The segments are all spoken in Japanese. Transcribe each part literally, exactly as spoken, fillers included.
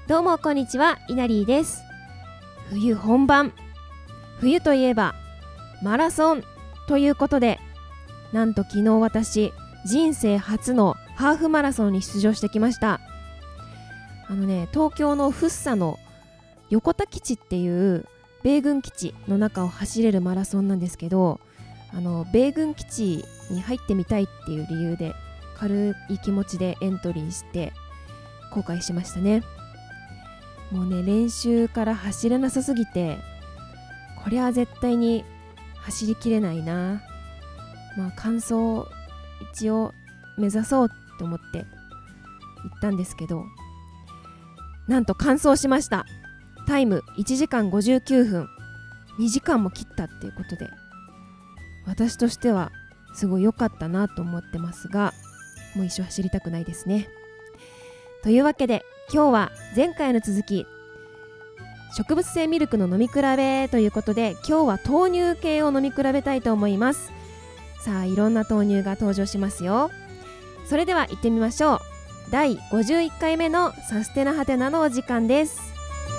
どうもこんにちは、いなりーです。冬本番、冬といえばマラソンということで、なんと昨日私人生初のハーフマラソンに出場してきました。あのね、東京の福生の横田基地っていう米軍基地の中を走れるマラソンなんですけど、あの米軍基地に入ってみたいっていう理由で軽い気持ちでエントリーして後悔しましたね。もうね、練習から走れなさすぎて、これは絶対に走りきれないな。まあ完走一応目指そうと思って行ったんですけど、なんと完走しました。タイムいちじかんごじゅうきゅうふん、にじかんも切ったっていうことで、私としてはすごい良かったなと思ってますが、もう一生走りたくないですね。というわけで今日は前回の続き、植物性ミルクの飲み比べということで、今日は豆乳系を飲み比べたいと思います。さあ、いろんな豆乳が登場しますよ。それでは行ってみましょう。だいごじゅういっかいめのサステナハテナのお時間です。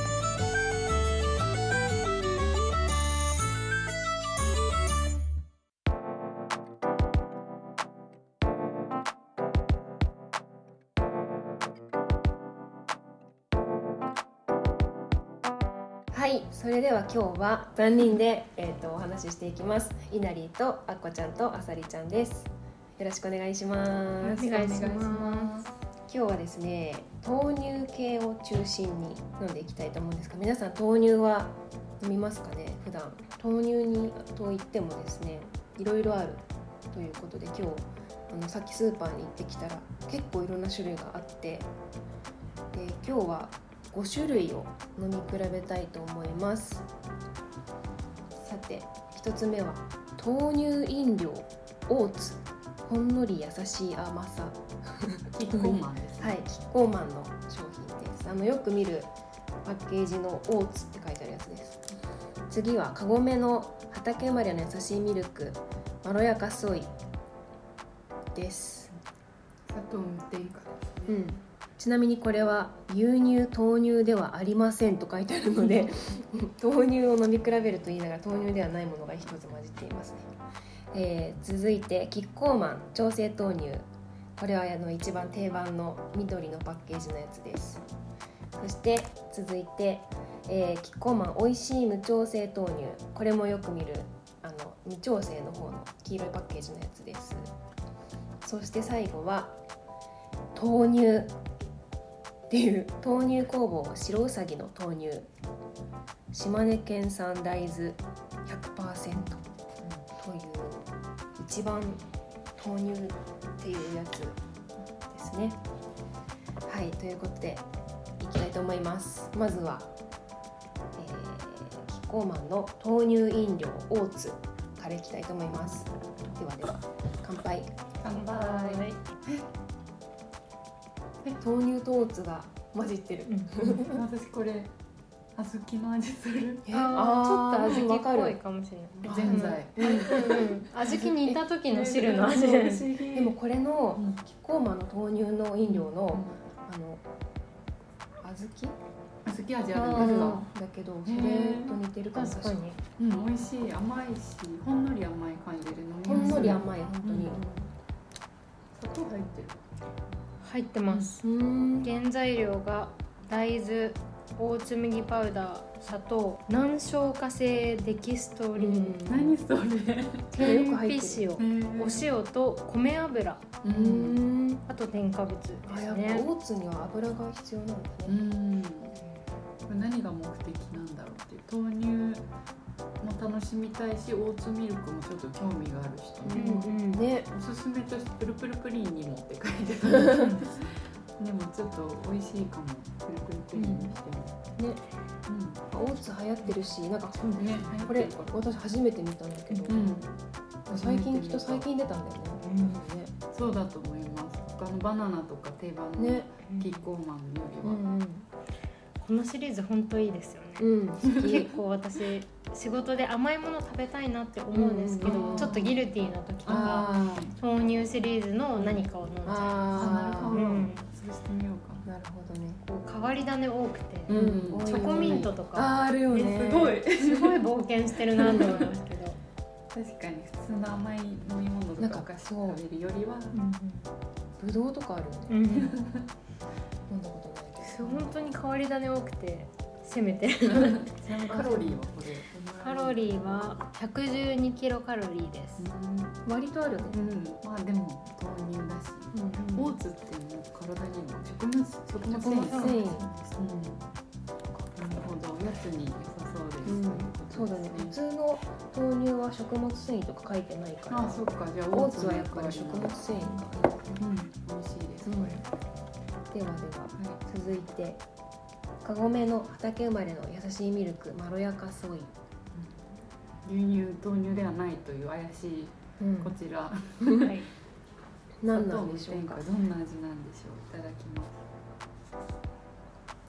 はい、それでは今日はさんにんで、えー、とお話ししていきます。いなりとあっこちゃんとあさりちゃんです。よろしくお願いします。 お願いします。 今日はですね、豆乳系を中心に飲んでいきたいと思うんですが、皆さん豆乳は飲みますかね。普段豆乳にといってもですね、いろいろあるということで、今日あのさっきスーパーに行ってきたら結構いろんな種類があって、で今日はごしゅるいを飲み比べたいと思います。さて、ひとつめは豆乳飲料オーツ、ほんのり優しい甘さ。 キッコーマンですね。 はい、キッコーマンの商品です。あのよく見るパッケージのオーツって書いてあるやつです。次はカゴメの畑生まれの優しいミルクまろやかソイです。 砂糖無添加ですね。 うん。ちなみにこれは牛乳豆乳ではありませんと書いてあるので豆乳を飲み比べると言いながら豆乳ではないものが一つ混じっていますね。えー、続いてキッコーマン調整豆乳、これはあの一番定番の緑のパッケージのやつです。そして続いて、えー、キッコーマンおいしい無調整豆乳、これもよく見るあの無調整の方の黄色いパッケージのやつです。そして最後は豆乳っていう豆乳工房白うさぎの豆乳、島根県産大豆 ひゃくパーセント という一番豆乳っていうやつですね。はい、ということでいきたいと思います。まずは、えー、キッコーマンの豆乳飲料オーツからいきたいと思います。ではでは乾杯。 乾杯。 豆乳とオーツが混じってる、 うん、私これ小豆の味する。 ああちょっと小豆っぽいかもしれない。 ぜんざい。 うんうん、小豆に煮た時の汁の味。 でもこれのキッコーマンの豆乳の飲料の、うん、あの小豆小豆味あるんですか。 だけどそれと似てるかも。 確かに、 うん、美味しい、甘いしほんのり甘い感じで飲みやすい。 ほんのり甘い、本当に、うん、 砂糖入ってる。 入ってます。 うん、 原材料が大豆、オーツ麦パウダー、砂糖、難消化性デキストリン、うん、 何それ。 天日塩、お塩と米油、 うん、 あと添加物ですね。 あ、やっぱオーツには油が必要なんですね。 うん、これ何が目的なんだろうって。豆乳も楽しみたいし、オーツミルクもちょっと興味がある人に、 うんうん、ね、 おすすめとしてプルプルプリンにもって書いてあるでもちょっと美味しいかも。プルプルプリンにしても、 うん、ね、うん、オーツ流行ってるし、なんか、 ね、 これ私初めて見たんだけど、うん、最近きっと最近出たんだよね、うん、ね、 そうだと思います。他のバナナとか定番のキッコーマンよりは、 うんうん、このシリーズ本当いいですよね。 うん、 結構私仕事で甘いもの食べたいなって思うんですけど、うん、ちょっとギルティーな時とか豆乳シリーズの何かを飲んじゃいます。 あ、なるほど、うん、そそうしてみようかなるほどね。 こう変わり種多くて、 うんチョコミントとかあーあるよね。 すごいすごい冒険してるなと思いますけど確かに普通の甘い飲み物とかお菓子食べるよりはぶどうとかあるよね。 うんうん飲んだことないけそう本当に変わり種多くて攻めてるちなみにカロリーはこれカロリーはひゃくじゅうにキロカロリーです、 ど。割とあるね。 うんまあでも豆乳だしうんオーツってもう体にも食物食物繊維食物繊維なるほどおやつに良さそうです、 うん、そうだね。普通の豆乳は食物繊維とか書いてないから。 ああそっかじゃあオーツはやっぱり食物繊維が入ってる。 うん美味しいですこれ、 ではでは、 はい続いてカゴメの畑生まれの優しいミルクまろやかソイ。 牛乳豆乳ではないという怪しいうんこちら、 はい、 何なんでしょうか。 どんな味なんでしょう。いただきます。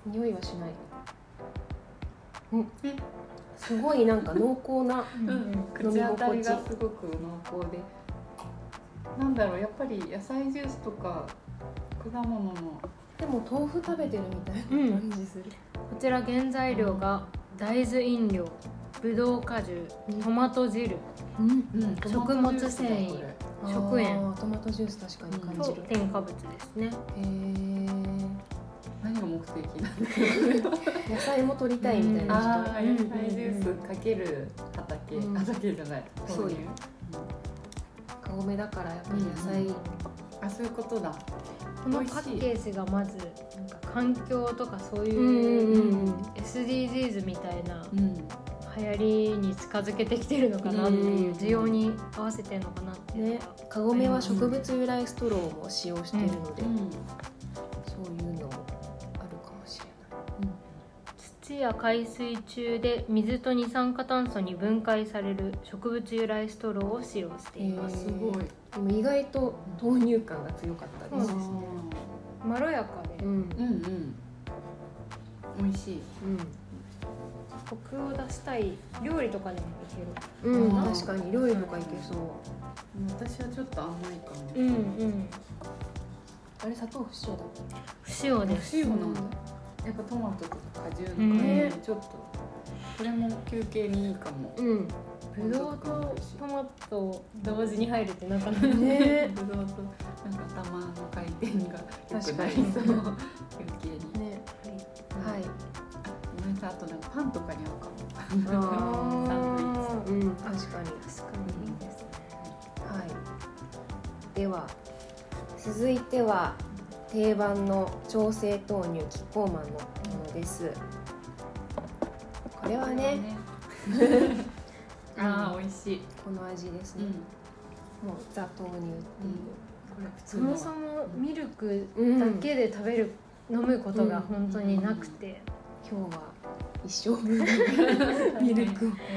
匂いはしない。うんえ、 すごいなんか濃厚な。 うんうん口当たりがすごく濃厚で、なんだろうやっぱり野菜ジュースとか果物のでも豆腐食べてるみたいな感じする。 こちら原材料が大豆飲料、ぶどう果汁、トマト汁うん。 うん食物繊維食塩トマトジュース確かに感とじる。 添加物ですね。 へえ。 何が目的なんですか。 野菜も取りたいみたいな人。 ああ野菜ジュースかける畑、 うん畑じゃないそう豆乳。 カゴメだからやっぱり野菜。 あそういうことだ。 このパッケージがまずなんか環境とかそういううんうんうんエスディージーズ みたいなうん。 流行りに近づけてきてるのかなっていう需要に合わせてるのかなっていうのねが、、 カゴメは植物由来ストローも使用しているので、 うんそういうのもあるかもしれ土や海水中で水と二酸化炭素に分解される植物由来ストローを使用しています。 すごい。 ない。でも意外と豆乳感が強かったです。 そうですねまろやかでうん、 うんうん。美味しい。 コクを出したい料理とかでもいける。 うん、うん、 あー確かに料理とかいけそう。 私はちょっと甘いかも。 うんうん。 あれ砂糖不使用だっ不塩です。 塩なんだ。やっぱトマトとか果汁の感じでちょっと、これも休憩にいいかも。 け？うん。 ぶどうとトマト同時に入るってなかなかねぶどうとなんか玉の回転が良くなりそう。休憩に。 ね、はい。 ごめんなさい、あとなんかパンとかに合うかも。 あサンドイッーうん、確かに。 確かにいいですね。 はい。では続いては定番の調整豆乳キッコーマンのものです。これはね、 ああ、美味しい。 この味ですね。 うん。 もうザ豆乳っていう。 これ普通の。 そもそもミルクうんだけで食べる、飲むことが本当になくて、 今日は一生分ミルクを。 大丈夫かな。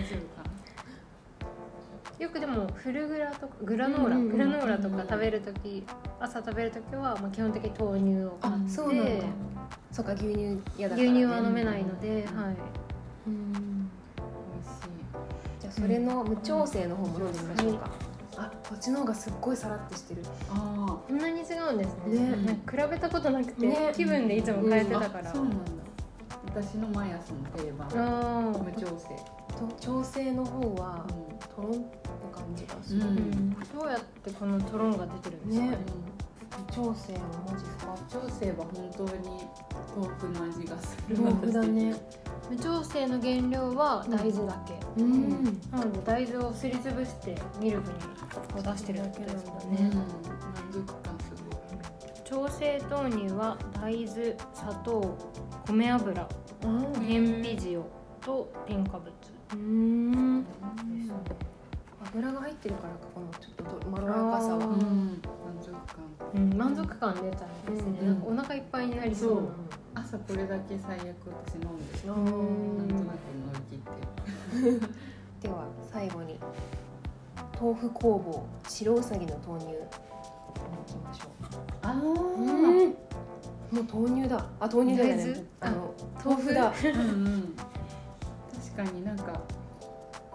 よくでもフルグラとかグラノーラ、 うんうんうんグラノーラとか食べるとき、朝食べるときはまあ基本的に豆乳を買あ、 って、 そうなんだ。そうか、牛乳嫌だから、ね。 牛乳は飲めないので、はい。 うん。 美味しい。 じゃあそれの無調整の方も飲んでみましょうか。あ、こっちの方がすっごいさらってしてる。 あこんなに違うんですね。 ねなんか比べたことなくて、 ね気分でいつも変えてあ。 たから。 あ、そうなんだ。私の毎朝の定番。 あー無調整。 と調整の方はトロンって感じがする。 うんうんどうやってこのトロンが出てるんですかね。 ね無調整はマジか。 無調整は本当に豆腐の味がする。 豆腐だね。 無調整の原料は大豆だけ。 うん。 なので大豆をすりつぶしてミルクにこう出してるだけなんだうん。 ね。 満足感すごい。 調整豆乳は大豆、砂糖、米油、 あ天日塩と添加物でーうん。 す。 油が入ってるからか、このちょっとまろやかさは。 あーうん。満足感。 うん、満足感出ちゃうんですね。 うんなんかお腹いっぱいになりそうな。 朝これだけ最悪私飲んで。 うなんとんなく乗り切って。 では最後に豆腐工房白うさぎの豆乳いきましょう。 あうん、もう豆乳だ。あ、豆乳だよね大豆。 あの豆腐豆腐だ。 うんうん。確かになんか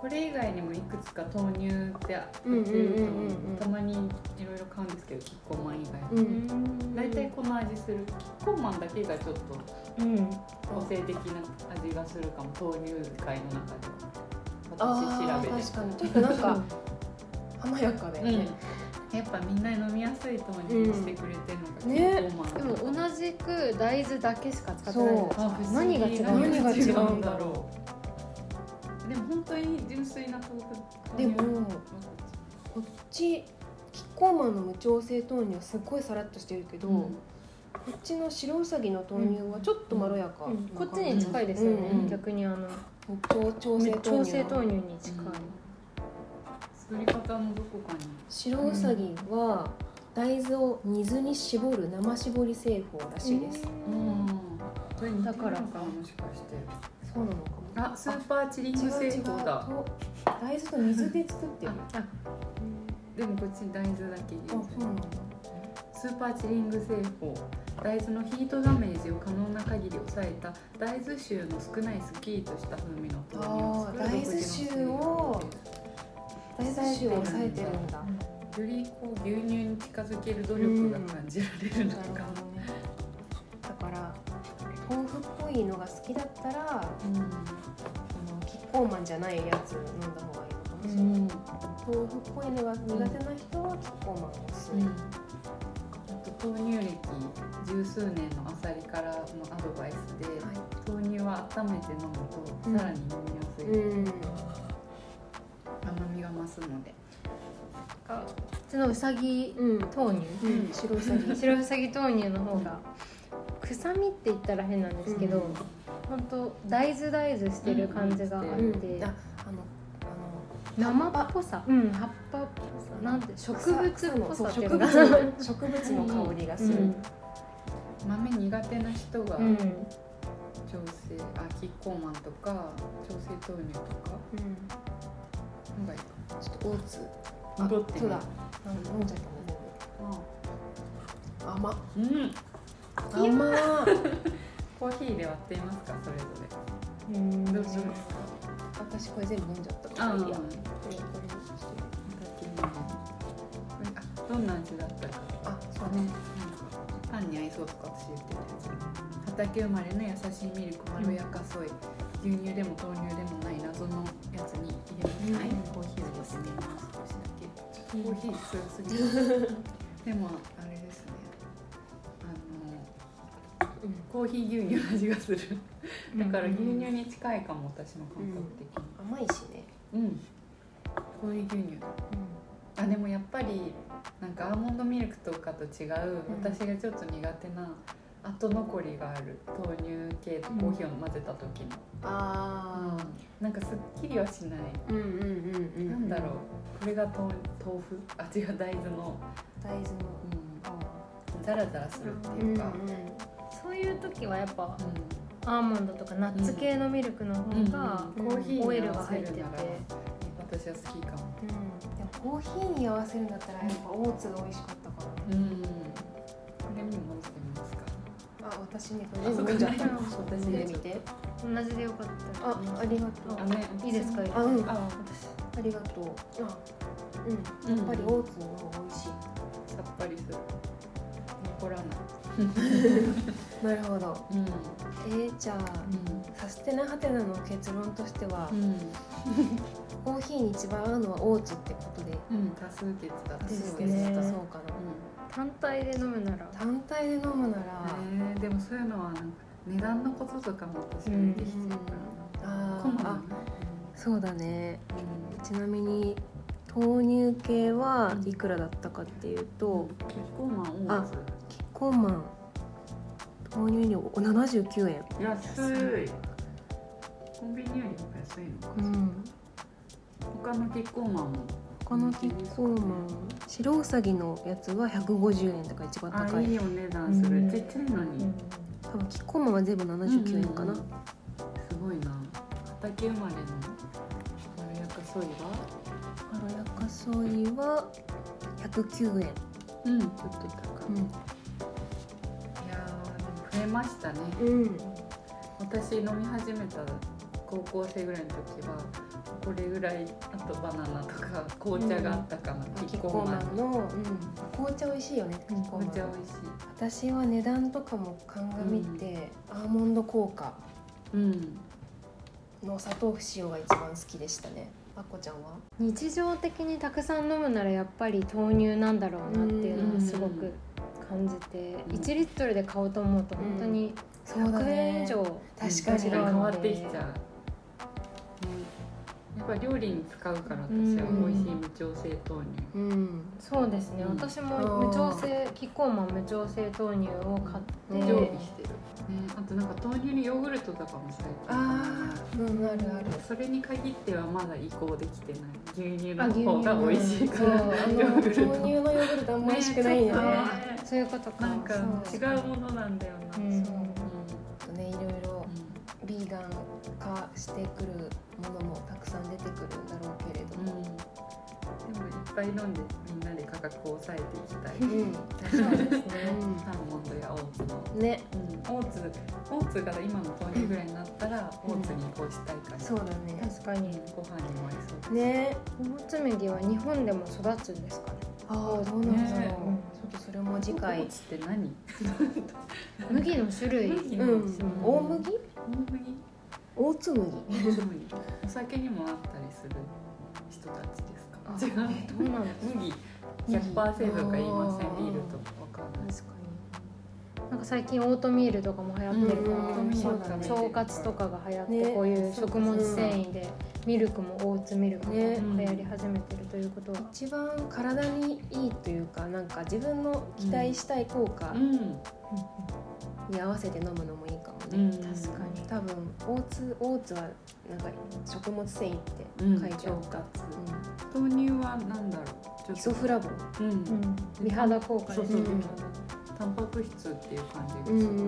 これ以外にもいくつか豆乳ってうんうん売ってるとうんうんたまにいろいろ買うんですけど、キッコーマン以外うにん大体この味する。キッコーマンだけがちょっとうん個性的な味がするかも、豆乳界の中では。 あー私調べて確かにちょっとなんか華やかだよね、 うん、やっぱみんな飲みやすい豆乳にしてくれてるのがキうんッコーマン、 でも同じく大豆だけしか使ってないんですあか。 不思議何が違う何のが違うんだろう。でも本当に純粋な豆腐。 でも豆乳こっちキッコーマンの無調整豆乳はすっごいサラッとしてるけど、 うんこっちの白うさぎの豆乳はちょっとまろやかなうん感じ、 こっちに近いですよね、 うんうん逆にあの調調整豆乳調整豆乳に近い、 作り方のどこかに。 白うさぎは大豆を水に絞る生搾り製法らしいです、 うん。それ似てるのかだからな、もしかして。 そうなのかも。 あ、スーパーチリング製法だ。 と大豆と水で作ってる。 あでもこっち大豆だけあ、そうなんだ。 スーパーチリング製法。大豆のヒートダメージを可能な限り抑えた大豆臭の少ないスッキリとした風味の豆乳を作るあー大豆臭を大豆臭を抑えてるんだ。 よりこう牛乳に近づける努力が感じられるのなるか、 ほどね。だから豆腐っぽいのが好きだったら、あのキッコーマンじゃないやつ飲んだ方がいいのかもしれない。 うん豆腐っぽいのが苦手な人はキッコーマンをおすすめ。 あと豆乳歴十数年のあさりからのアドバイスで、 は豆乳は温めて飲むとうんさらに飲みやすい、 い。うん。 甘みが増すので、 あこっちのうさぎうん。 豆乳、 うん。白うさぎ。 白うさぎ豆乳の方が臭みって言ったら変なんですけど、 うん本当大豆大豆してる感じがあって、 うん。あ、あの生っぽさ、うん、葉っぱっぽさ、なんて植物っぽさっていう植物のかな、 の植物の香りがする。 豆苦手な人が調うん整、あキッコーマンとか調整豆乳とかうん。 のがいいかちょっとオーツ。 も。戻ってみるそうだ。飲んじゃったね。甘っ。 うん甘っ。 コーヒーで割っていますか、それぞれ。 うんどうしますか。 私これ全部飲んじゃったからあいいや。 ーこれこれにしてこれあどんな味だったか。 あ、そうね、なんかパンに合いそうとか私言ってたやつ。畑生まれの優しいミルク、まろやかそうい牛乳でも豆乳でもない謎のやつに入れない、 うんコーヒーを入れてみます。少しだけ。コーヒー強すぎる。でもあれですね。あのうん。 コーヒー牛乳の味がする。だから牛乳に近いかも、私の感覚的に。 甘いしね。 うん。コーヒー牛乳。あでもやっぱりなんかアーモンドミルクとかと違う、私がちょっと苦手な後残りがある豆乳系とコーヒーを混ぜた時の、 ああ。 なんかすっきりはしない、 うんうんうんうん。 なんだろう、これが豆豆腐、あ違う大豆の、 大豆の。 うん、ザラザラするっていうか、 そういう時はやっぱうアーモンドとかナッツ系のミルクの方がんコーヒーオイに合わルが入ってて、 せるなら私は好きかも。 うん。でもコーヒーに合わせるんだったらやっぱオーツが美味しかったかな。 うん、これにも混ぜてみますか。 あ、私ねこれ全部飲んじゃった。 あそう飲んでみて。 同じでよかったあ、ありがとう。 あね、 いいですか？ あ、うん。 あありがとう。あ、うん。やっぱりオーツの方が美味しい。 さっぱりする、残らない。 なるほど。 うんえー、じゃあ、サステナハテナの結論としては、 うんコーヒーに一番合うのはオーツってことでうん、多数決だった。 ですそうねそうかな。 単体で飲むなら単体で飲むなら、 うん、ね、でもそういうのはなんか値段のこととかも私は出てきちゃうからな。好みあーあ、そうだね。 うちなみに豆乳系はいくらだったかっていうと、 ん、キッコーマンオーツキッコーマン豆乳量ななじゅうきゅうえん。 安い。コンビニよりも安いのか。 うん。 他のキッコーマンも他のキッコーマン、白うさぎのやつはひゃくごじゅうえんとか一番あ、 高い。 いいお値段する。ちっちゃいのに多分キッコーマンは全部ななじゅうきゅうえんかな。 うんうんうんすごいな。畑生まれのまろやかソイはまろやかソイはひゃくきゅうえん。 うん、ちょっと高め。いやー、でも増えましたね。 うん。うん。 私飲み始めた高校生ぐらいの時はこれぐらい、あとバナナとか紅茶があったかな、 キッコーマンの、うん、紅茶美味しいよね、キッコーマン。 紅茶美味しい。 私は値段とかも鑑みて、うん、アーモンド効果の砂糖不使用が一番好きでしたね。あっこちゃんは？ 日常的にたくさん飲むならやっぱり豆乳なんだろうなっていうのをすごく感じて、いちリットルで買おうと思うと本当にひゃくえん以上確かに変わってきちゃう。やっぱ料理に使うから私は美味しい無調整豆乳、 うんうん、そうですね、うん、私も無調整キッコーマン無調整豆乳を買って常備してる、ね、あとなんか豆乳にヨーグルトとかも最近ああ、うん、あるある。 それに限ってはまだ移行できてない。牛乳の方が美味しいから、 うん、あの豆乳のヨーグルトあんま美味しくないよね。 ね、そういうことか。 なんか違うものなんだよな、うん、そう、 うん、ね、いろいろビーガン化してくるものもたくさん出てくるんだろうけれども、うん、 でもいっぱい飲んでみんなで価格を抑えていきたい、 うん、そうですね、 アーモンドやオーツのね、 うん、オーツオーツが今の豆乳ぐらいになったら、うん、オーツに移行したいから、 そうだね、 確かにご飯にも合いそうですね。 オーツ麦は日本でも育つんですかね。 ああ、どうなんだろう、ね、ちょっとそれも次回。 オーツって何？ 麦の種類、 麦の、うん、大麦？ 大麦？ オーツ麦。 お酒にもあったりする人たちですか？ 違う、えー、どうなんですか？ 麦 ひゃくパーセント とか言いません？ビールとわかんない。 確かに。なんか最近オートミールとかも流行ってるから、腸活とかが流行って、ね、こういう食物繊維でミルクもオーツミルクも流行り始めてるということは、ね、 一番体にいいというか、なんか自分の期待したい効果に合わせて飲むのもいいかもね、うん、確かに。多分オーツ、オーツはなんか食物繊維って書いてあった、 うんうん、豆乳はなんだろう、 イソフラボン、 うんうん、美肌効果ですね。 タンパク質っていう感じがするし、うんうんうん、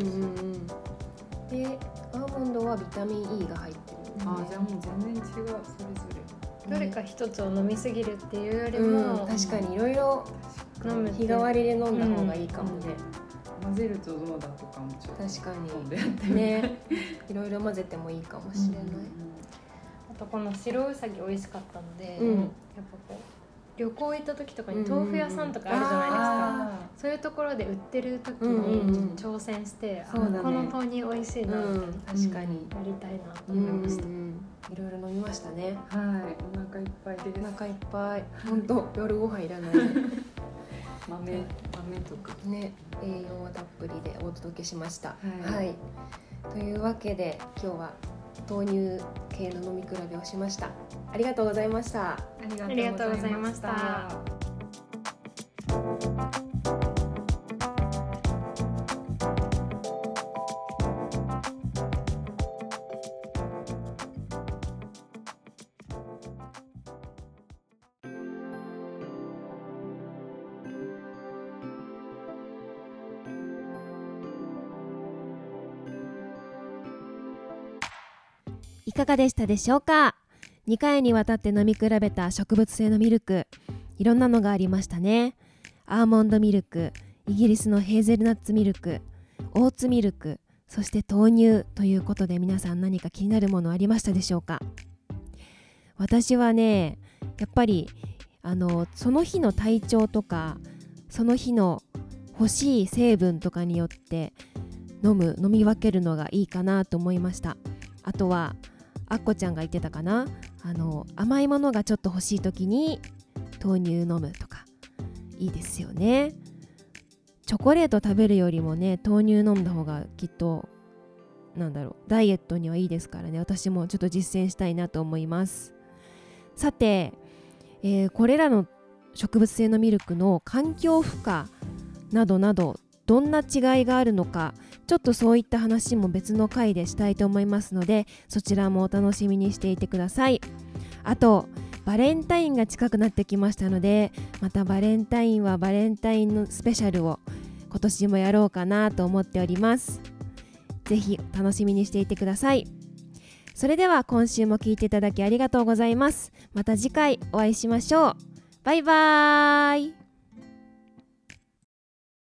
でアーモンドはビタミン E が入ってる、ね、 あ、じゃあもう全然違う、それぞれどれか一つを飲みすぎるっていうよりも、 うん、確かにいろいろ飲む、日替わりで飲んだ方がいいかもね、 うんうん、混ぜるとどうだとかもちょっと確かに飲んでやってね、いろいろ混ぜてもいいかもしれない、うんうん、 あとこの白うさぎ美味しかったので、 うん、 やっぱこう旅行行った時とかに豆腐屋さんとかあるじゃないですか、うん、そういうところで売ってる時に挑戦して、うんうんうん、この豆乳美味しいなって、うん、 確かにやりたいなと思いました、うんうん、 いろいろ飲みましたね。 はい、お腹いっぱいです。 お腹いっぱい、本当夜ご飯いらない豆、豆とかね、栄養はたっぷりでお届けしました、はいはい、というわけで今日は豆乳系の飲み比べをしました。ありがとうございました。 ありがとうございました。 いかがでしたでしょうか。にかいにわたって飲み比べた植物性のミルク、いろんなのがありましたね。アーモンドミルク、イギリスのヘーゼルナッツミルク、オーツミルク、そして豆乳ということで、皆さん何か気になるものありましたでしょうか。私はね、やっぱりあのその日の体調とかその日の欲しい成分とかによって飲む飲み分けるのがいいかなと思いました。あとはあっこちゃんが言ってたかな、あの甘いものがちょっと欲しい時に豆乳飲むとかいいですよね。チョコレート食べるよりもね、豆乳飲んだ方がきっとなんだろう、ダイエットにはいいですからね。私もちょっと実践したいなと思います。さて、えー、これらの植物性のミルクの環境負荷などなどどんな違いがあるのか、ちょっとそういった話も別の回でしたいと思いますので、そちらもお楽しみにしていてください。あとバレンタインが近くなってきましたので、またバレンタインはバレンタインのスペシャルを今年もやろうかなと思っております。ぜひ楽しみにしていてください。それでは今週も聞いていただきありがとうございます。また次回お会いしましょう。バイバーイ。